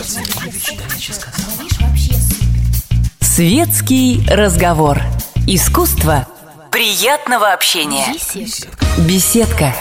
Светский разговор. Искусство приятного общения. Беседка.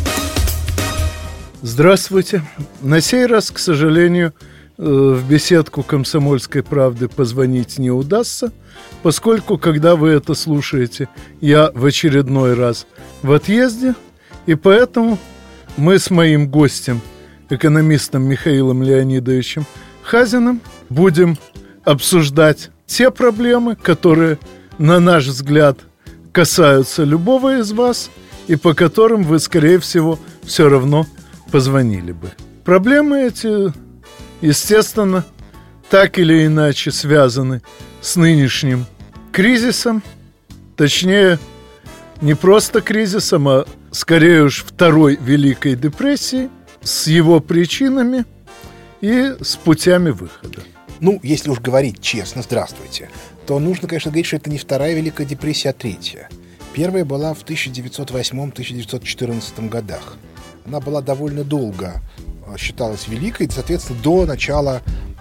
Здравствуйте. На сей раз, к сожалению, в беседку «Комсомольской правды» позвонить не удастся, поскольку, когда вы это слушаете, я в очередной раз в отъезде, и поэтому мы с моим гостем, экономистом Михаилом Леонидовичем Хазиным, будем обсуждать те проблемы, которые, на наш взгляд, касаются любого из вас и по которым вы, скорее всего, все равно позвонили бы. Проблемы эти, естественно, так или иначе связаны с нынешним кризисом, точнее, не просто кризисом, а скорее уж второй Великой депрессией, с его причинами и с путями выхода. Ну, если уж говорить честно, здравствуйте, то нужно, конечно, говорить, что это не вторая Великая депрессия, а третья. Первая была в 1908-1914 годах. Она была довольно долго, считалась великой, соответственно, до начала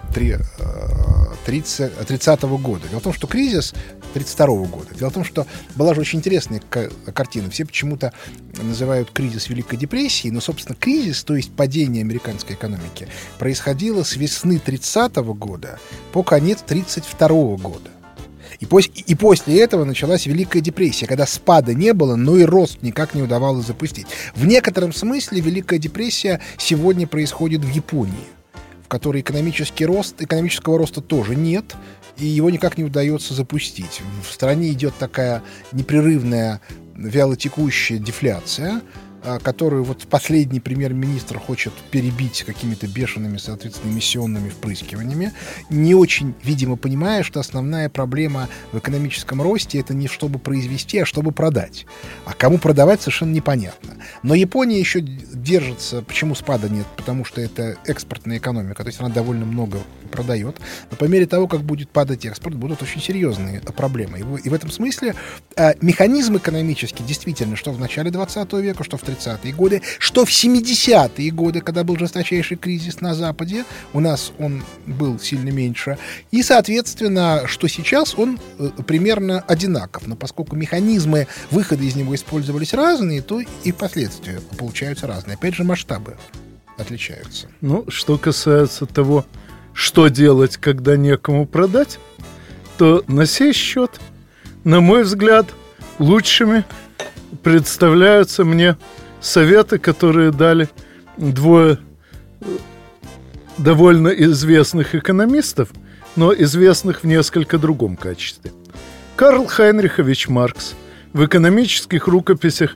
30-го года. Дело в том, что кризис 32-го года. Дело в том, что была же очень интересная картина. Все почему-то называют кризис Великой депрессией, но, собственно, кризис, то есть падение американской экономики, происходило с весны 30-го года по конец 32-го года. И после этого началась Великая депрессия, когда спада не было, но и рост никак не удавалось запустить. В некотором смысле Великая депрессия сегодня происходит в Японии, в которой экономического роста тоже нет, и его никак не удается запустить. В стране идет такая непрерывная вялотекущая дефляция, которую вот последний премьер-министр хочет перебить какими-то бешеными, соответственно, эмиссионными впрыскиваниями, не очень, видимо, понимая, что основная проблема в экономическом росте — это не чтобы произвести, а чтобы продать. А кому продавать, совершенно непонятно. Но Япония еще держится. Почему спада нет? Потому что это экспортная экономика, то есть она довольно много продает. Но по мере того, как будет падать экспорт, будут очень серьезные проблемы. И в этом смысле механизм экономический действительно, что в начале 20 века, что в 30-е годы, что в 70-е годы, когда был жесточайший кризис на Западе, у нас он был сильно меньше, и, соответственно, что сейчас он примерно одинаков. Но поскольку механизмы выхода из него использовались разные, то и последствия получаются разные. Опять же, масштабы отличаются. Ну, что касается того, что делать, когда некому продать, то на сей счет, на мой взгляд, лучшими представляются мне советы, которые дали двое довольно известных экономистов, но известных в несколько другом качестве. Карл Хайнрихович Маркс в экономических рукописях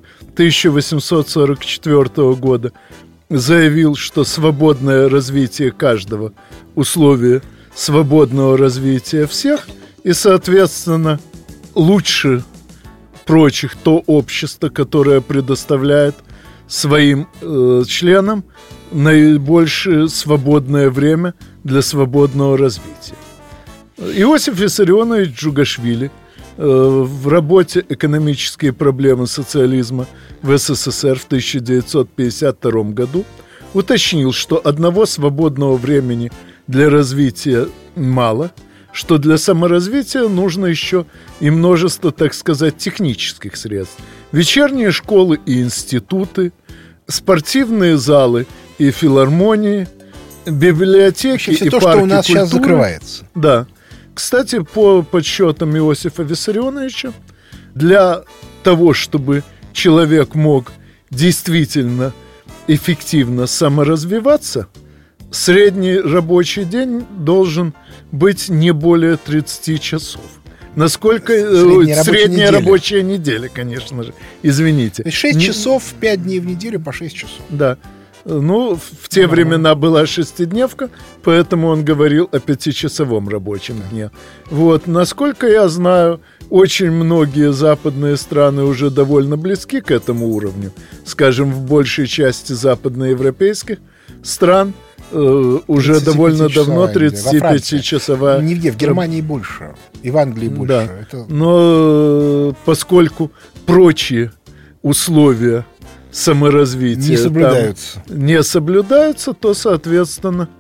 1844 года заявил, что свободное развитие каждого – условие свободного развития всех, и, соответственно, лучше прочих то общество, которое предоставляет своим членам наибольшее свободное время для свободного развития. Иосиф Виссарионович Джугашвили в работе «Экономические проблемы социализма в СССР» в 1952 году уточнил, что одного свободного времени для развития мало, что для саморазвития нужно еще и множество, так сказать, технических средств. Вечерние школы и институты, спортивные залы и филармонии, библиотеки и то, парки что у нас культуры. Сейчас закрывается. Да. Кстати, по подсчетам Иосифа Виссарионовича, для того, чтобы человек мог действительно эффективно саморазвиваться, средний рабочий день должен быть не более 30 часов. Насколько средняя рабочая неделя, конечно же. Извините. То есть 6 часов, 5 дней в неделю по 6 часов. Да. Ну, в те времена была шестидневка, поэтому он говорил о 5-часовом рабочем дне. Вот, насколько я знаю, очень многие западные страны уже довольно близки к этому уровню. Скажем, в большей части западноевропейских стран уже довольно давно 35-часовая. Нигде, в Германии больше, и в Англии больше. Да. Но поскольку прочие условия саморазвития не соблюдаются, то, соответственно,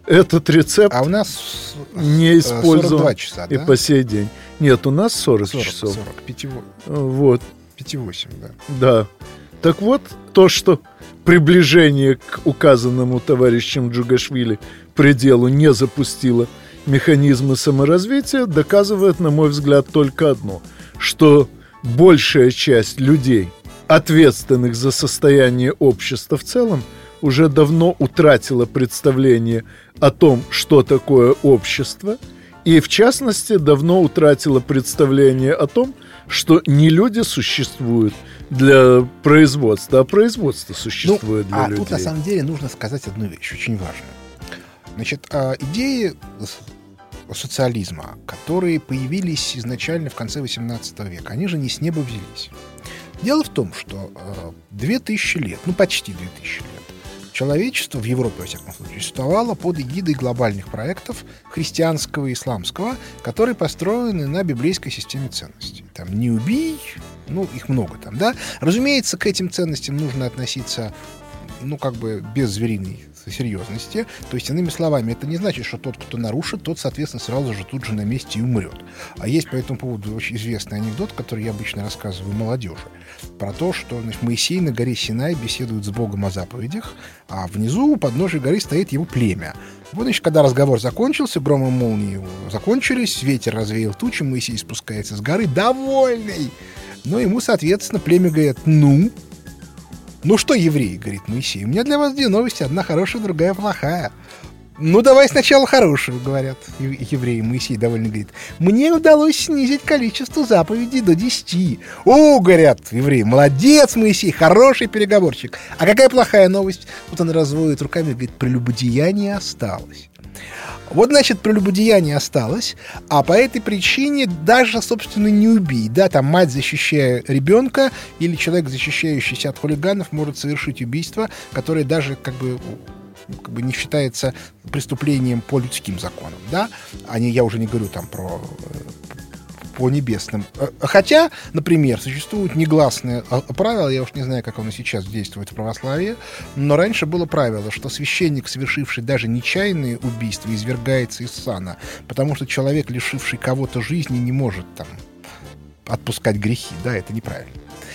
этот рецепт у нас не использован 42 часа, и да? по сей день. Нет, у нас 40 часов. 40, Вот. 5,8, да. Да. Так вот, то, что приближение к указанному товарищем Джугашвили пределу не запустило механизмы саморазвития, доказывает, на мой взгляд, только одно, что большая часть людей, ответственных за состояние общества в целом, уже давно утратила представление о том, что такое общество, и, в частности, давно утратила представление о том, что не люди существуют для производства, а производство существует для людей. Тут, на самом деле, нужно сказать одну вещь, очень важную. Значит, идеи социализма, которые появились изначально в конце XVIII века, они же не с неба взялись. Дело в том, что 2000 лет, почти 2000 лет, человечество в Европе, во всяком случае, существовало под эгидой глобальных проектов христианского и исламского, которые построены на библейской системе ценностей. Там «не убий», их много там, да. Разумеется, к этим ценностям нужно относиться, без звериной серьезности. То есть, иными словами, это не значит, что тот, кто нарушит, тот, соответственно, сразу же тут же на месте и умрет. А есть по этому поводу очень известный анекдот, который я обычно рассказываю молодежи, про то, что Моисей на горе Синай беседует с Богом о заповедях, а внизу у подножия горы стоит его племя. Вот, когда разговор закончился, гром и молнии закончились, ветер развеял тучи, Моисей спускается с горы, довольный. Но ему, соответственно, племя говорит: ну что, евреи, говорит Моисей, у меня для вас две новости, одна хорошая, другая плохая. Давай сначала хорошую, говорят евреи. Моисей довольно говорит: мне удалось снизить количество заповедей до 10. О, говорят евреи, молодец, Моисей, хороший переговорщик. А какая плохая новость? Вот он разводит руками и говорит: прелюбодеяние осталось. Вот, значит, прелюбодеяние осталось, а по этой причине даже, собственно, не убий. Да, там мать, защищая ребенка, или человек, защищающийся от хулиганов, может совершить убийство, которое даже не считается преступлением по людским законам, да? Я уже не говорю там по небесным. Хотя, например, существует негласное правило, я уж не знаю, как оно сейчас действует в православии, но раньше было правило, что священник, совершивший даже нечаянные убийства, извергается из сана, потому что человек, лишивший кого-то жизни, не может там отпускать грехи, да, это неправильно.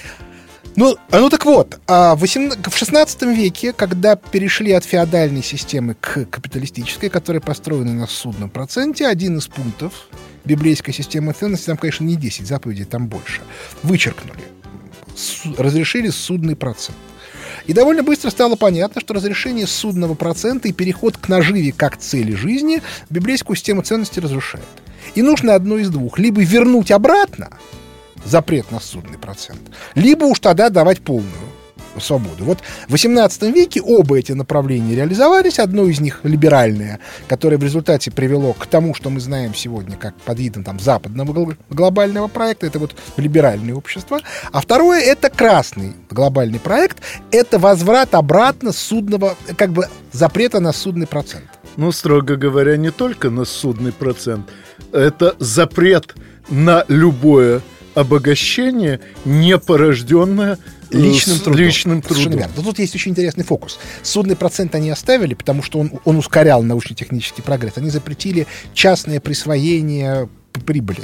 Так вот, в XVI веке, когда перешли от феодальной системы к капиталистической, которая построена на судном проценте, один из пунктов библейской системы ценностей, там, конечно, не 10 заповедей, там больше, вычеркнули, разрешили судный процент. И довольно быстро стало понятно, что разрешение судного процента и переход к наживе как цели жизни библейскую систему ценностей разрушает. И нужно одно из двух: либо вернуть обратно запрет на судный процент, либо уж тогда давать полную свободу. Вот в XVIII веке оба эти направления реализовались. Одно из них либеральное, которое в результате привело к тому, что мы знаем сегодня как под видом западного глобального проекта. Это вот либеральное общество. А второе — это красный глобальный проект. Это возврат обратно судного, запрета на судный процент. Строго говоря, не только на судный процент. Это запрет на любое обогащение, не порожденное личным трудом. Но тут есть очень интересный фокус. Судный процент они оставили, потому что он ускорял научно-технический прогресс. Они запретили частное присвоение прибыли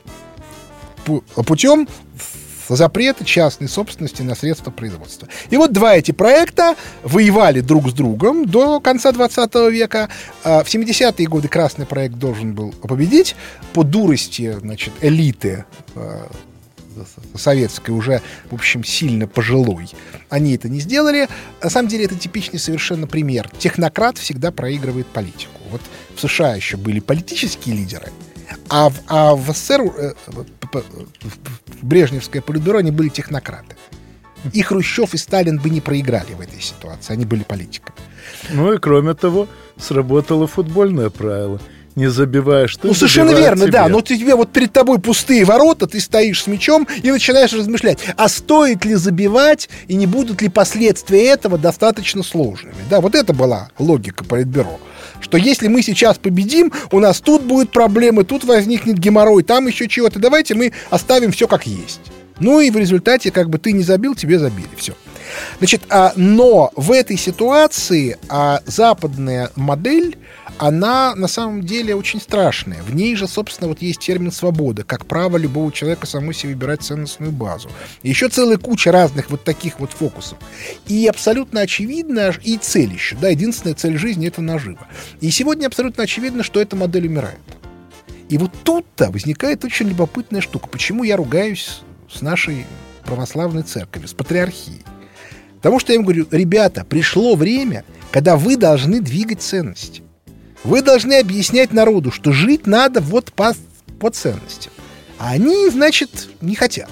от него путем запрета частной собственности на средства производства. И вот два эти проекта воевали друг с другом до конца 20 века. В 70-е годы красный проект должен был победить. По дурости, элиты советской, уже, в общем, сильно пожилой, они это не сделали. На самом деле, это типичный совершенно пример. Технократ всегда проигрывает политику. Вот в США еще были политические лидеры, а в СССР, в Брежневское политбюро, они были технократы. И Хрущев, и Сталин бы не проиграли в этой ситуации. Они были политиками. И кроме того, сработало футбольное правило: не забиваешь ты, совершенно верно, тебе. Да. Но тебе перед тобой пустые ворота, ты стоишь с мячом и начинаешь размышлять, а стоит ли забивать, и не будут ли последствия этого достаточно сложными. Да, вот это была логика политбюро. Что если мы сейчас победим, у нас тут будут проблемы, тут возникнет геморрой, там еще чего-то. Давайте мы оставим все как есть. И в результате, ты не забил, тебе забили. Все. Значит, но в этой ситуации западная модель, она на самом деле очень страшная. В ней же, собственно, вот есть термин «свобода», как право любого человека самому себе выбирать ценностную базу. И еще целая куча разных вот таких вот фокусов. И абсолютно очевидно, и цель еще, да, единственная цель жизни — это нажива. И сегодня абсолютно очевидно, что эта модель умирает. И вот тут-то возникает очень любопытная штука. Почему я ругаюсь с нашей православной церковью, с патриархией? Потому что я им говорю: ребята, пришло время, когда вы должны двигать ценности. Вы должны объяснять народу, что жить надо вот по ценностям. А они, значит, не хотят.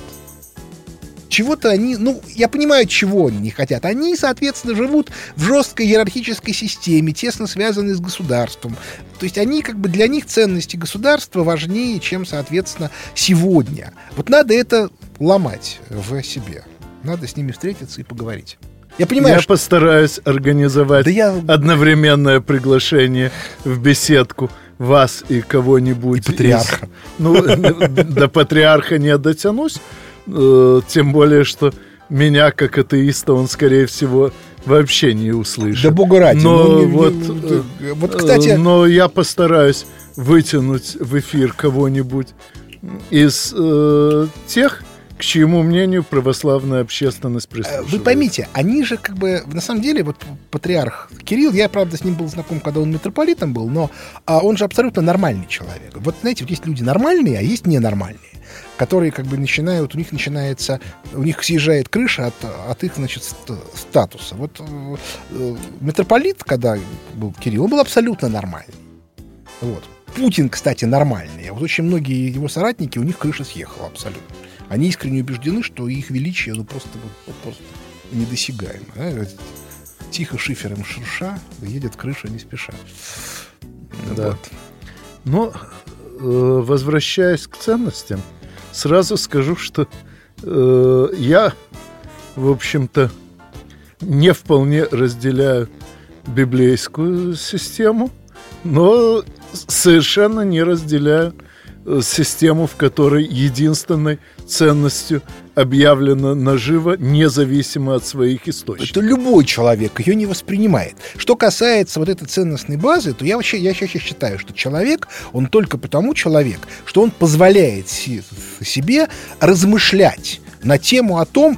Чего-то они... я понимаю, чего они не хотят. Они, соответственно, живут в жесткой иерархической системе, тесно связанной с государством. То есть они, для них ценности государства важнее, чем, соответственно, сегодня. Вот надо это ломать в себе. Надо с ними встретиться и поговорить. Я понимаю, я постараюсь организовать одновременное приглашение в беседку вас и кого-нибудь. И патриарха. До патриарха не дотянусь. Тем более, что меня, как атеиста, он, скорее всего, вообще не услышит. Да бога ради. Кстати... Но я постараюсь вытянуть в эфир кого-нибудь из тех, к чьему мнению православная общественность прислушивается. Вы поймите, они же на самом деле, вот патриарх Кирилл, я, правда, с ним был знаком, когда он митрополитом был, но он же абсолютно нормальный человек. Вот, знаете, вот есть люди нормальные, а есть ненормальные, которые начинают, у них съезжает крыша от их, значит, статуса. Вот митрополит, когда был Кирилл, он был абсолютно нормальный. Вот. Путин, кстати, нормальный. А вот очень многие его соратники, у них крыша съехала абсолютно. Они искренне убеждены, что их величие просто недосягаемо. Да? Тихо шифером шурша, едет крыша не спеша. Да. Вот. Но, возвращаясь к ценностям, сразу скажу, что я, в общем-то, не вполне разделяю библейскую систему, но совершенно не разделяю систему, в которой единственной ценностью объявлена нажива, независимо от своих источников. Это любой человек ее не воспринимает. Что касается вот этой ценностной базы, то я считаю, что человек, он только потому человек, что он позволяет себе размышлять на тему о том,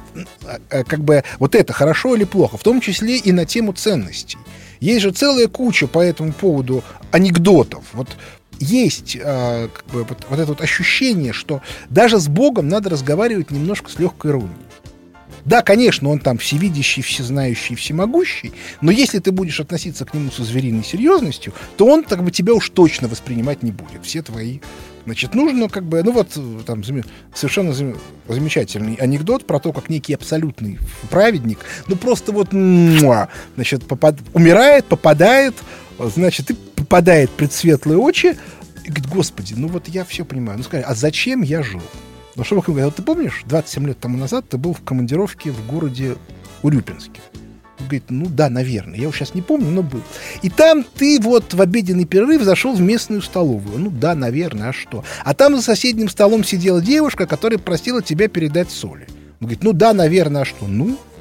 вот это хорошо или плохо, в том числе и на тему ценностей. Есть же целая куча по этому поводу анекдотов. Вот есть вот это вот ощущение, что даже с Богом надо разговаривать немножко с легкой иронией. Да, конечно, он там всевидящий, всезнающий, всемогущий, но если ты будешь относиться к нему со звериной серьезностью, то он тебя уж точно воспринимать не будет. Все твои... Значит, нужно там совершенно замечательный анекдот про то, как некий абсолютный праведник, просто значит, умирает, попадает, значит, и попадает пред светлые очи и говорит: Господи, я все понимаю. Скажи, а зачем я жил? Что Бог ему говорит: ты помнишь, 27 лет тому назад ты был в командировке в городе Урюпинске? Он говорит: да, наверное, я уже сейчас не помню, но был. И там ты в обеденный перерыв зашел в местную столовую. Да, наверное, а что? А там за соседним столом сидела девушка, которая просила тебя передать соли. Он говорит: да, наверное, а что?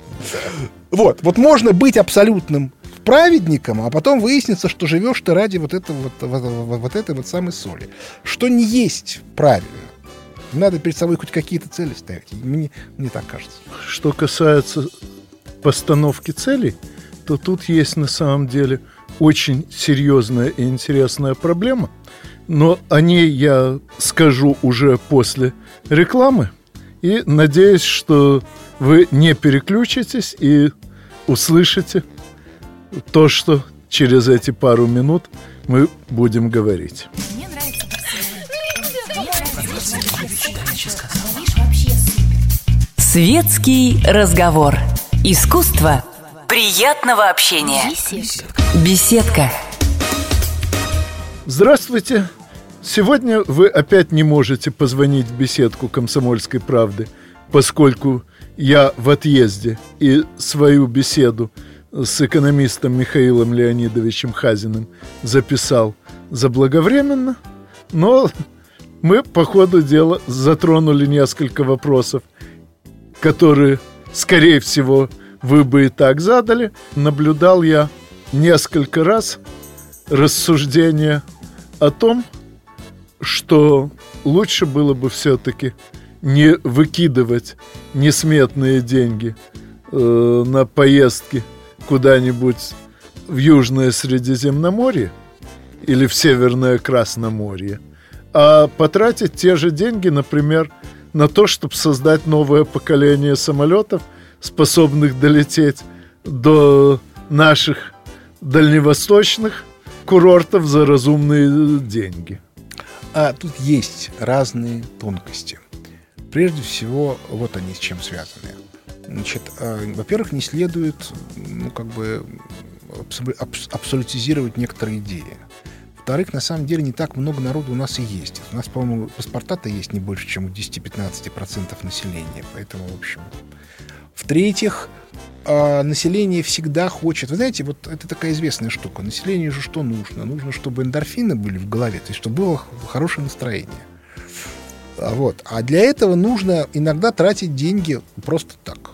Вот можно быть абсолютным праведником, а потом выяснится, что живешь ты ради вот этой самой соли. Что не есть правильно. Надо перед собой хоть какие-то цели ставить. Мне так кажется. Что касается постановки целей, то тут есть на самом деле очень серьезная и интересная проблема. Но о ней я скажу уже после рекламы. И надеюсь, что вы не переключитесь и услышите то, что через эти пару минут мы будем говорить. Мне нравится. Светский разговор. Искусство приятного общения. Беседка. Здравствуйте. Сегодня вы опять не можете позвонить в беседку «Комсомольской правды», поскольку я в отъезде и свою беседу с экономистом Михаилом Леонидовичем Хазиным записал заблаговременно, но мы по ходу дела затронули несколько вопросов, которые, скорее всего, вы бы и так задали. Наблюдал я несколько раз рассуждение о том, что лучше было бы все-таки не выкидывать несметные деньги на поездки куда-нибудь в Южное Средиземноморье или в Северное Красноморье, а потратить те же деньги, например, на то, чтобы создать новое поколение самолетов, способных долететь до наших дальневосточных курортов за разумные деньги. А тут есть разные тонкости. Прежде всего, вот они с чем связаны. Значит, во-первых, не следует, абсолютизировать некоторые идеи. Во-вторых, на самом деле, не так много народу у нас и есть. У нас, по-моему, паспорта-то есть не больше, чем у 10-15% населения. Поэтому, в общем... В-третьих, население всегда хочет... Вы знаете, вот это такая известная штука. Населению же что нужно? Нужно, чтобы эндорфины были в голове, то есть чтобы было хорошее настроение. Вот. А для этого нужно иногда тратить деньги просто так.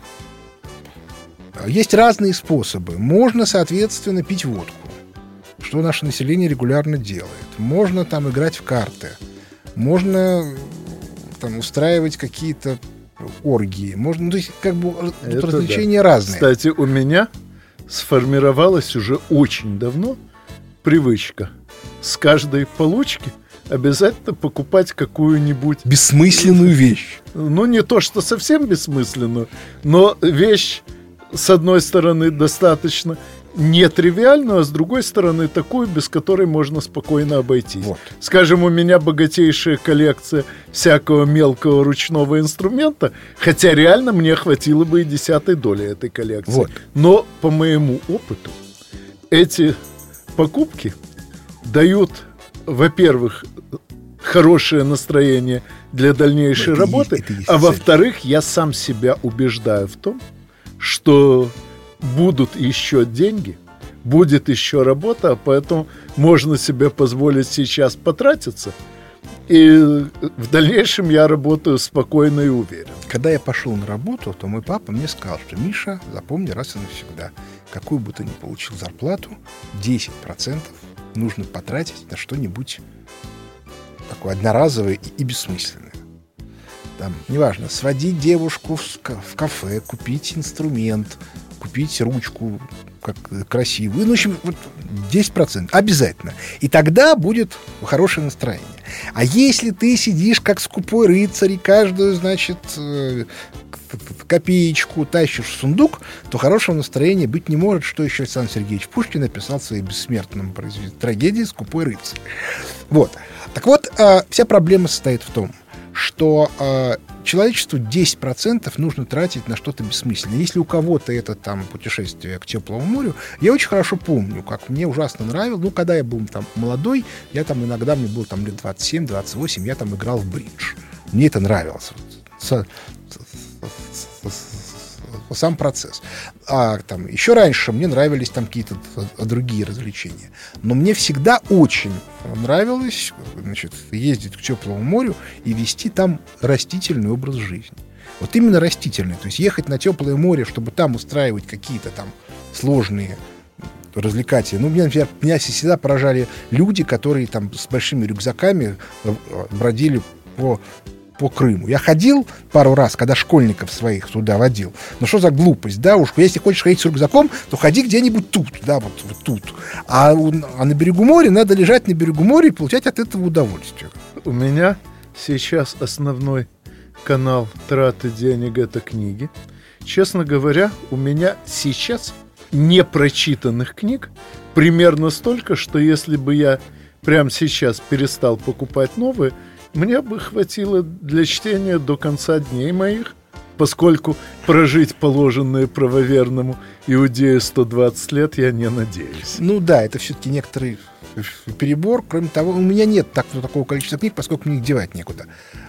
Есть разные способы. Можно, соответственно, пить водку, что наше население регулярно делает. Можно там играть в карты. Можно там устраивать какие-то оргии. Можно, то есть, как бы развлечения разные. Кстати, у меня сформировалась уже очень давно привычка с каждой получки обязательно покупать какую-нибудь бессмысленную вещь. Ну, не то, что совсем бессмысленную, но вещь, с одной стороны, достаточно нетривиальную, а с другой стороны, такую, без которой можно спокойно обойтись. Вот. Скажем, у меня богатейшая коллекция всякого мелкого ручного инструмента, хотя реально мне хватило бы и 10 доли этой коллекции. Вот. Но, по моему опыту, эти покупки дают, во-первых, хорошее настроение для дальнейшей работы, а во-вторых, я сам себя убеждаю в том, что будут еще деньги, будет еще работа, поэтому можно себе позволить сейчас потратиться, и в дальнейшем я работаю спокойно и уверенно. Когда я пошел на работу, то мой папа мне сказал, что Миша, запомни раз и навсегда, какую бы ты ни получил зарплату, 10% нужно потратить на что-нибудь такое одноразовое и бессмысленное. Там, неважно, сводить девушку в кафе, купить инструмент, купить ручку как красивую. Ну, в общем, вот 10% обязательно. И тогда будет хорошее настроение. А если ты сидишь как скупой рыцарь и каждую, значит, копеечку тащишь в сундук, то хорошего настроения быть не может, что еще Александр Сергеевич Пушкин написал в своей бессмертном трагедии «Скупой рыцарь». Вот. Так вот, вся проблема состоит в том, что человечеству 10% нужно тратить на что-то бессмысленное. Если у кого-то это там путешествие к теплому морю, я очень хорошо помню, как мне ужасно нравилось. Ну, когда я был там молодой, я там иногда, мне было там лет 27-28, я там играл в бридж. Мне это нравилось. Сам процесс. А там еще раньше мне нравились там какие-то другие развлечения. Но мне всегда очень нравилось, значит, ездить к теплому морю и вести там растительный образ жизни. Вот именно растительный. То есть ехать на теплое море, чтобы там устраивать какие-то там сложные развлекатели. Ну, меня всегда поражали люди, которые там с большими рюкзаками бродили по Крыму. Я ходил пару раз, когда школьников своих туда водил. Ну, что за глупость, да? Уж если хочешь ходить с рюкзаком, то ходи где-нибудь тут, да, вот тут. А на берегу моря надо лежать на берегу моря и получать от этого удовольствие. У меня сейчас основной канал траты денег — это книги. Честно говоря, у меня сейчас непрочитанных книг примерно столько, что если бы я прямо сейчас перестал покупать новые, мне бы хватило для чтения до конца дней моих, поскольку прожить положенное правоверному иудею 120 лет я не надеюсь. Ну да, это все-таки некоторый перебор. Кроме того, у меня нет такого количества книг, поскольку мне их девать некуда.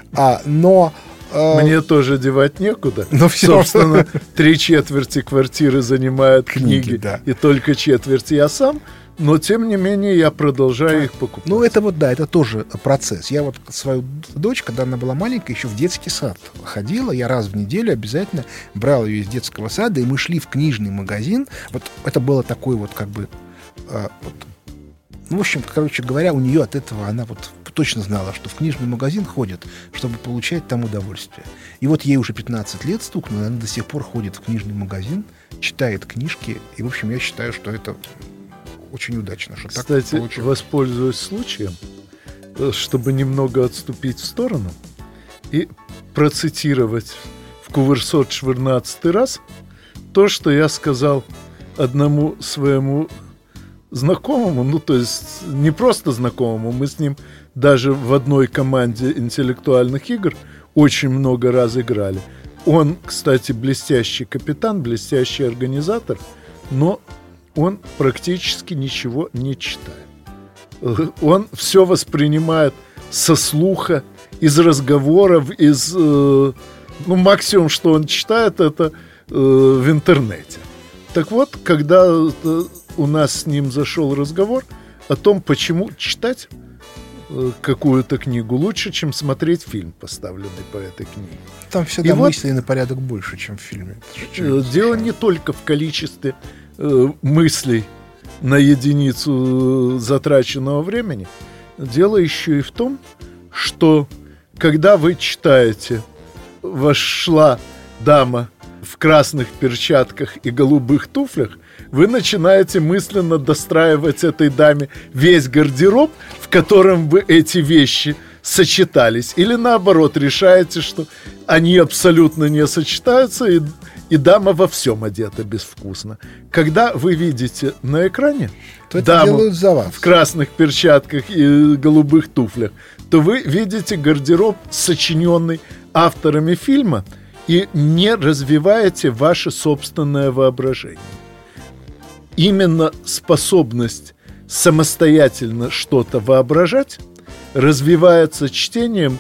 Мне тоже девать некуда. Но собственно, 3/4 квартиры занимают книги, да. И только четверть я сам. Но, тем не менее, я продолжаю их покупать. Ну, это вот, да, это тоже процесс. Я вот свою дочь, когда она была маленькая, еще в детский сад ходила. Я раз в неделю обязательно брал ее из детского сада, и мы шли в книжный магазин. Вот это было такой вот, как бы, Ну, в общем, короче говоря, у нее от этого она вот точно знала, что в книжный магазин ходит, чтобы получать там удовольствие. И вот ей уже 15 лет стукнуло, она до сих пор ходит в книжный магазин, читает книжки. И, в общем, я считаю, что это очень удачно. Что Кстати, так получилось. Воспользуюсь случаем, чтобы немного отступить в сторону и процитировать в 914 раз то, что я сказал одному своему знакомому, ну, то есть не просто знакомому, мы с ним даже в одной команде интеллектуальных игр очень много раз играли. Он, кстати, блестящий капитан, блестящий организатор, но он практически ничего не читает. Он все воспринимает со слуха, из разговоров, максимум, что он читает, это в интернете. Так вот, когда у нас с ним зашел разговор о том, почему читать какую-то книгу лучше, чем смотреть фильм, поставленный по этой книге. Там всегда мыслей на порядок больше, чем в фильме. Дело не только в количестве мыслей на единицу затраченного времени. Дело еще и в том, что когда вы читаете, вошла дама в красных перчатках и голубых туфлях, вы начинаете мысленно достраивать этой даме весь гардероб, в котором бы эти вещи сочетались. Или наоборот, решаете, что они абсолютно не сочетаются, и дама во всем одета безвкусно. Когда вы видите на экране даму в красных перчатках и голубых туфлях, то вы видите гардероб, сочиненный авторами фильма, и не развиваете ваше собственное воображение. Именно способность самостоятельно что-то воображать развивается чтением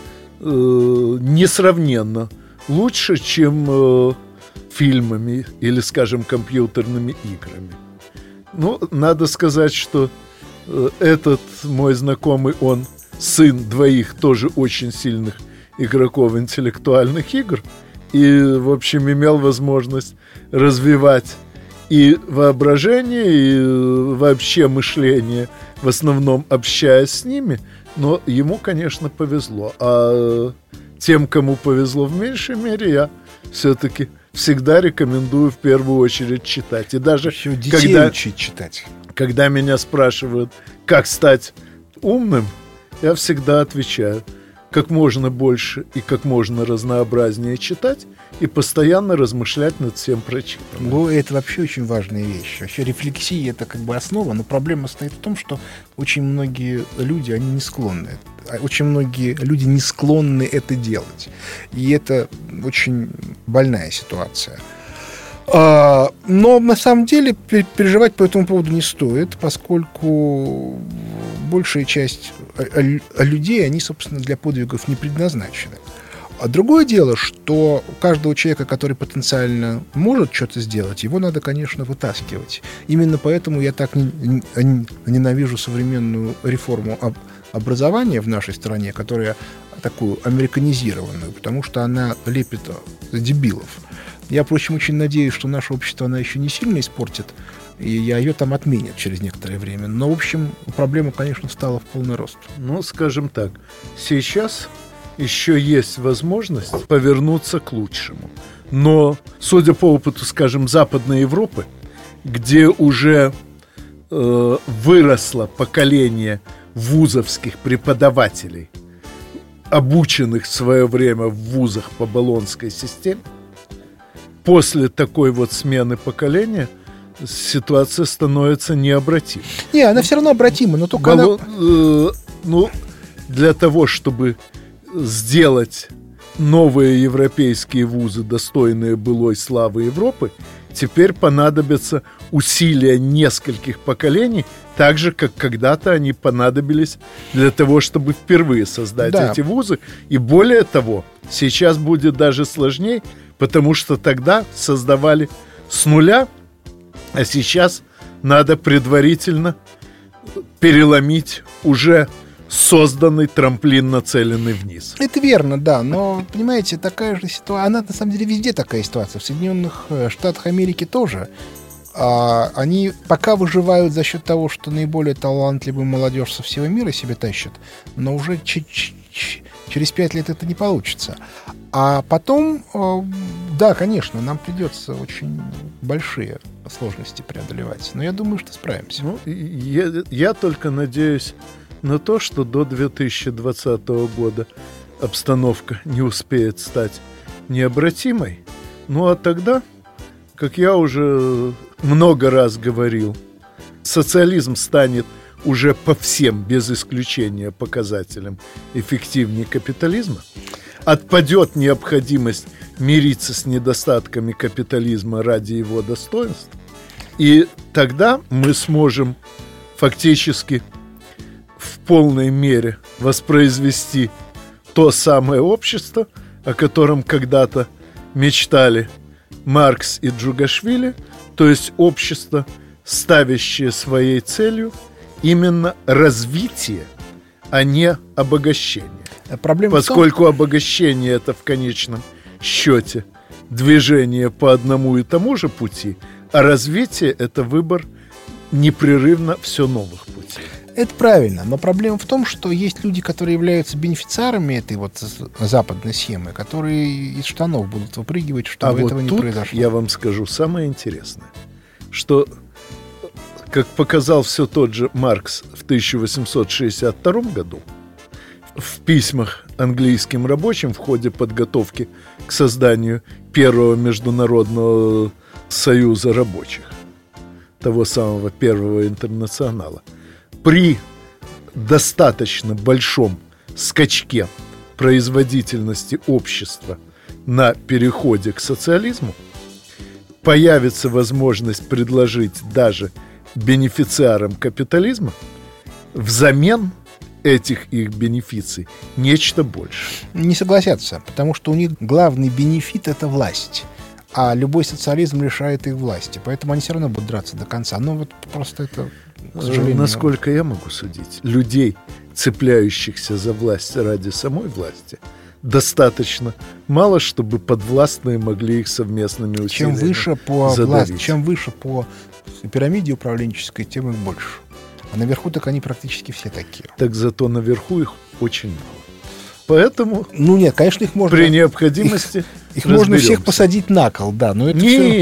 несравненно лучше, чем фильмами или, скажем, компьютерными играми. Ну, надо сказать, что этот мой знакомый, он сын двоих тоже очень сильных игроков интеллектуальных игр, и, в общем, имел возможность развивать и воображение, и вообще мышление, в основном общаясь с ними. Но ему, конечно, повезло. А тем, кому повезло в меньшей мере, я все-таки всегда рекомендую в первую очередь читать. И даже детей учить читать. Когда меня спрашивают, как стать умным, я всегда отвечаю: как можно больше и как можно разнообразнее читать и постоянно размышлять над всем прочитанным. Ну, это вообще очень важная вещь. Вообще рефлексия — это как бы основа, но проблема стоит в том, что очень многие люди, они не склонны. Очень многие люди не склонны это делать. И это очень больная ситуация. Но на самом деле переживать по этому поводу не стоит, поскольку большая часть людей, они, собственно, для подвигов не предназначены. А другое дело, что у каждого человека, который потенциально может что-то сделать, его надо, конечно, вытаскивать. Именно поэтому я так ненавижу современную реформу образования в нашей стране, которая такую американизированную, потому что она лепит дебилов. Я, впрочем, очень надеюсь, что наше общество она еще не сильно испортит, и ее там отменят через некоторое время. Но, в общем, проблема, конечно, встала в полный рост. Ну, скажем так, сейчас еще есть возможность повернуться к лучшему. Но, судя по опыту, скажем, Западной Европы, где уже выросло поколение вузовских преподавателей, обученных в свое время в вузах по Болонской системе, после такой вот смены поколения ситуация становится необратимой. Не, она все равно обратима, но только для того, чтобы сделать новые европейские вузы, достойные былой славы Европы, теперь понадобятся усилия нескольких поколений, так же, как когда-то они понадобились для того, чтобы впервые создать эти вузы. И более того, сейчас будет даже сложнее, потому что тогда создавали с нуля, а сейчас надо предварительно переломить уже созданный трамплин, нацеленный вниз. Это верно, да, но, понимаете, такая же ситуация, она на самом деле везде такая ситуация. В Соединенных Штатах Америки тоже Они пока выживают за счет того, что наиболее талантливую молодежь со всего мира себе тащат, но уже через 5 лет это не получится. А потом, да, конечно, нам придется очень большие сложности преодолевать. Но я думаю, что справимся. Ну, я только надеюсь на то, что до 2020 года обстановка не успеет стать необратимой. Ну а тогда, как я уже много раз говорил, социализм станет уже по всем, без исключения, показателям эффективнее капитализма. Отпадет необходимость мириться с недостатками капитализма ради его достоинств. И тогда мы сможем фактически в полной мере воспроизвести то самое общество, о котором когда-то мечтали Маркс и Джугашвили, то есть общество, ставящее своей целью именно развитие, а не обогащение. Поскольку обогащение – это в конечном счете движение по одному и тому же пути, а развитие – это выбор непрерывно все новых путей. Это правильно, но проблема в том, что есть люди, которые являются бенефициарами этой вот западной схемы, которые из штанов будут выпрыгивать, чтобы этого не произошло. Я вам скажу самое интересное, что, как показал все тот же Маркс в 1862 году, в письмах английским рабочим в ходе подготовки к созданию первого международного союза рабочих, того самого первого интернационала, при достаточно большом скачке производительности общества на переходе к социализму появится возможность предложить даже бенефициарам капитализма взамен этих их бенефиций нечто большее. Не согласятся, потому что у них главный бенефит – это власть. А любой социализм лишает их власти. Поэтому они все равно будут драться до конца. Ну вот просто это, к сожалению... Насколько я могу судить, людей, цепляющихся за власть ради самой власти, достаточно мало, чтобы подвластные могли их совместными усилиями задавить. Чем выше по пирамиде управленческой, тем их больше. А наверху так они практически все такие. Так зато наверху их очень мало. Поэтому нет, конечно, их можно... При необходимости их можно всех посадить на кол, да. Но это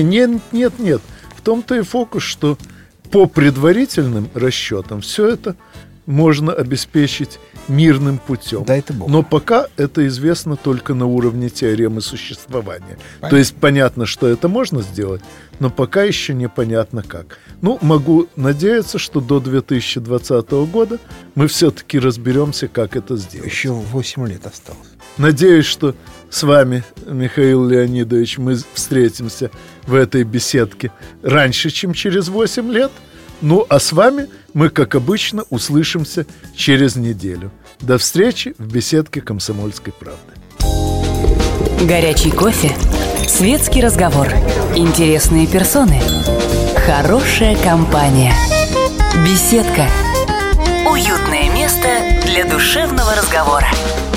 нет. В том-то и фокус, что по предварительным расчетам все это можно обеспечить мирным путем. Да, это Бог. Но пока это известно только на уровне теоремы существования. Понятно. То есть понятно, что это можно сделать, но пока еще непонятно как. Могу надеяться, что до 2020 года мы все-таки разберемся, как это сделать. Еще 8 лет осталось. Надеюсь, что с вами, Михаил Леонидович, мы встретимся в этой беседке раньше, чем через 8 лет. А с вами мы, как обычно, услышимся через неделю. До встречи в беседке «Комсомольской правды». Горячий кофе, светский разговор, интересные персоны, хорошая компания. Беседка. Уютное место для душевного разговора.